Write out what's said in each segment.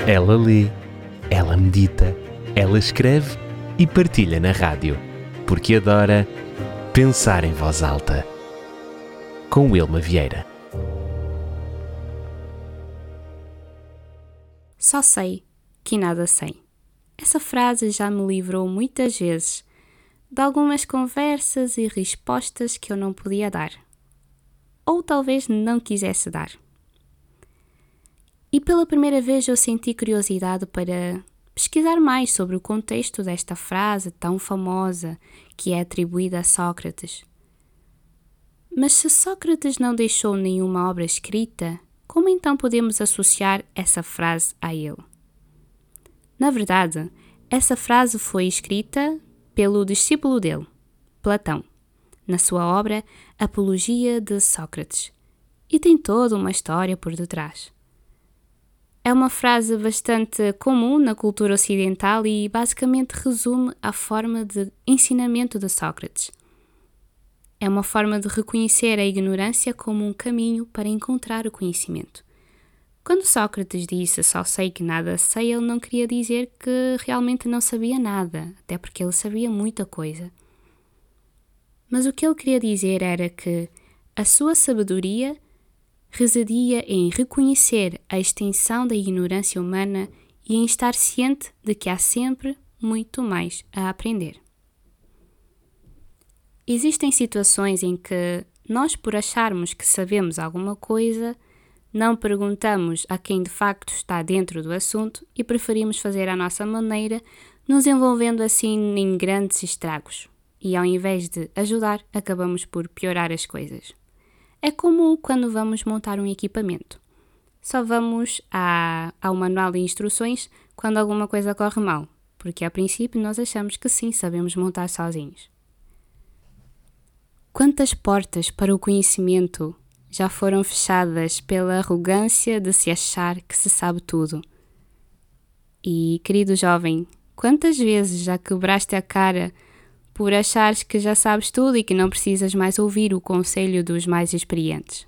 Ela lê, ela medita, ela escreve e partilha na rádio, porque adora pensar em voz alta. Com Wilma Vieira. Só sei que nada sei. Essa frase já me livrou muitas vezes de algumas conversas e respostas que eu não podia dar. Ou talvez não quisesse dar. E pela primeira vez eu senti curiosidade para pesquisar mais sobre o contexto desta frase tão famosa que é atribuída a Sócrates. Mas se Sócrates não deixou nenhuma obra escrita, como então podemos associar essa frase a ele? Na verdade, essa frase foi escrita pelo discípulo dele, Platão, na sua obra Apologia de Sócrates, e tem toda uma história por detrás. É uma frase bastante comum na cultura ocidental e basicamente resume a forma de ensinamento de Sócrates. É uma forma de reconhecer a ignorância como um caminho para encontrar o conhecimento. Quando Sócrates disse só sei que nada sei, ele não queria dizer que realmente não sabia nada, até porque ele sabia muita coisa. Mas o que ele queria dizer era que a sua sabedoria residia em reconhecer a extensão da ignorância humana e em estar ciente de que há sempre muito mais a aprender. Existem situações em que nós, por acharmos que sabemos alguma coisa, não perguntamos a quem de facto está dentro do assunto e preferimos fazer à nossa maneira, nos envolvendo assim em grandes estragos. E ao invés de ajudar, acabamos por piorar as coisas. É como quando vamos montar um equipamento. Só vamos ao manual de instruções quando alguma coisa corre mal, porque a princípio nós achamos que sim, sabemos montar sozinhos. Quantas portas para o conhecimento já foram fechadas pela arrogância de se achar que se sabe tudo? E, querido jovem, quantas vezes já quebraste a cara por achares que já sabes tudo e que não precisas mais ouvir o conselho dos mais experientes?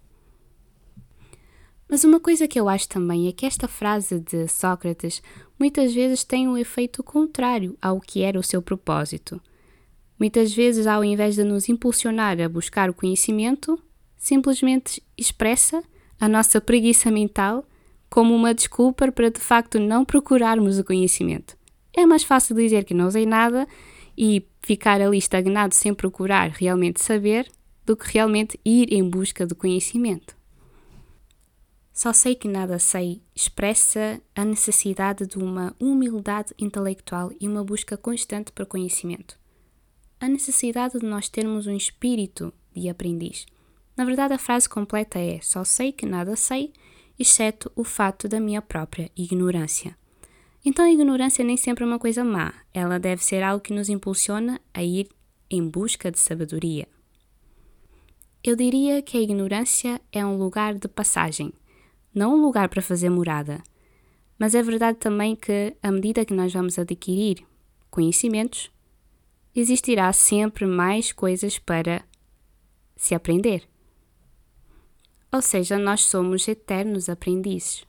Mas uma coisa que eu acho também é que esta frase de Sócrates muitas vezes tem um efeito contrário ao que era o seu propósito. Muitas vezes, ao invés de nos impulsionar a buscar o conhecimento, simplesmente expressa a nossa preguiça mental como uma desculpa para de facto não procurarmos o conhecimento. É mais fácil dizer que não sei nada e ficar ali estagnado sem procurar realmente saber do que realmente ir em busca do conhecimento. Só sei que nada sei expressa a necessidade de uma humildade intelectual e uma busca constante por conhecimento. A necessidade de nós termos um espírito de aprendiz. Na verdade, a frase completa é: só sei que nada sei, exceto o fato da minha própria ignorância. Então a ignorância nem sempre é uma coisa má, ela deve ser algo que nos impulsiona a ir em busca de sabedoria. Eu diria que a ignorância é um lugar de passagem, não um lugar para fazer morada. Mas é verdade também que, à medida que nós vamos adquirir conhecimentos, existirá sempre mais coisas para se aprender. Ou seja, nós somos eternos aprendizes.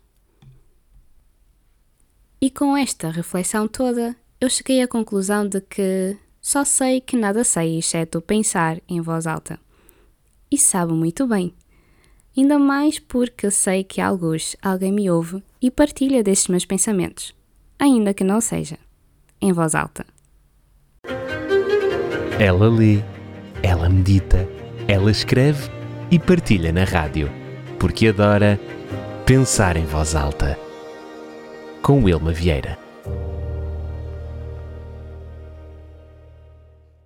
E com esta reflexão toda, eu cheguei à conclusão de que só sei que nada sei, exceto pensar em voz alta. E sabe muito bem. Ainda mais porque sei que alguém me ouve e partilha destes meus pensamentos, ainda que não seja em voz alta. Ela lê, ela medita, ela escreve e partilha na rádio, porque adora pensar em voz alta. Com Wilma Vieira.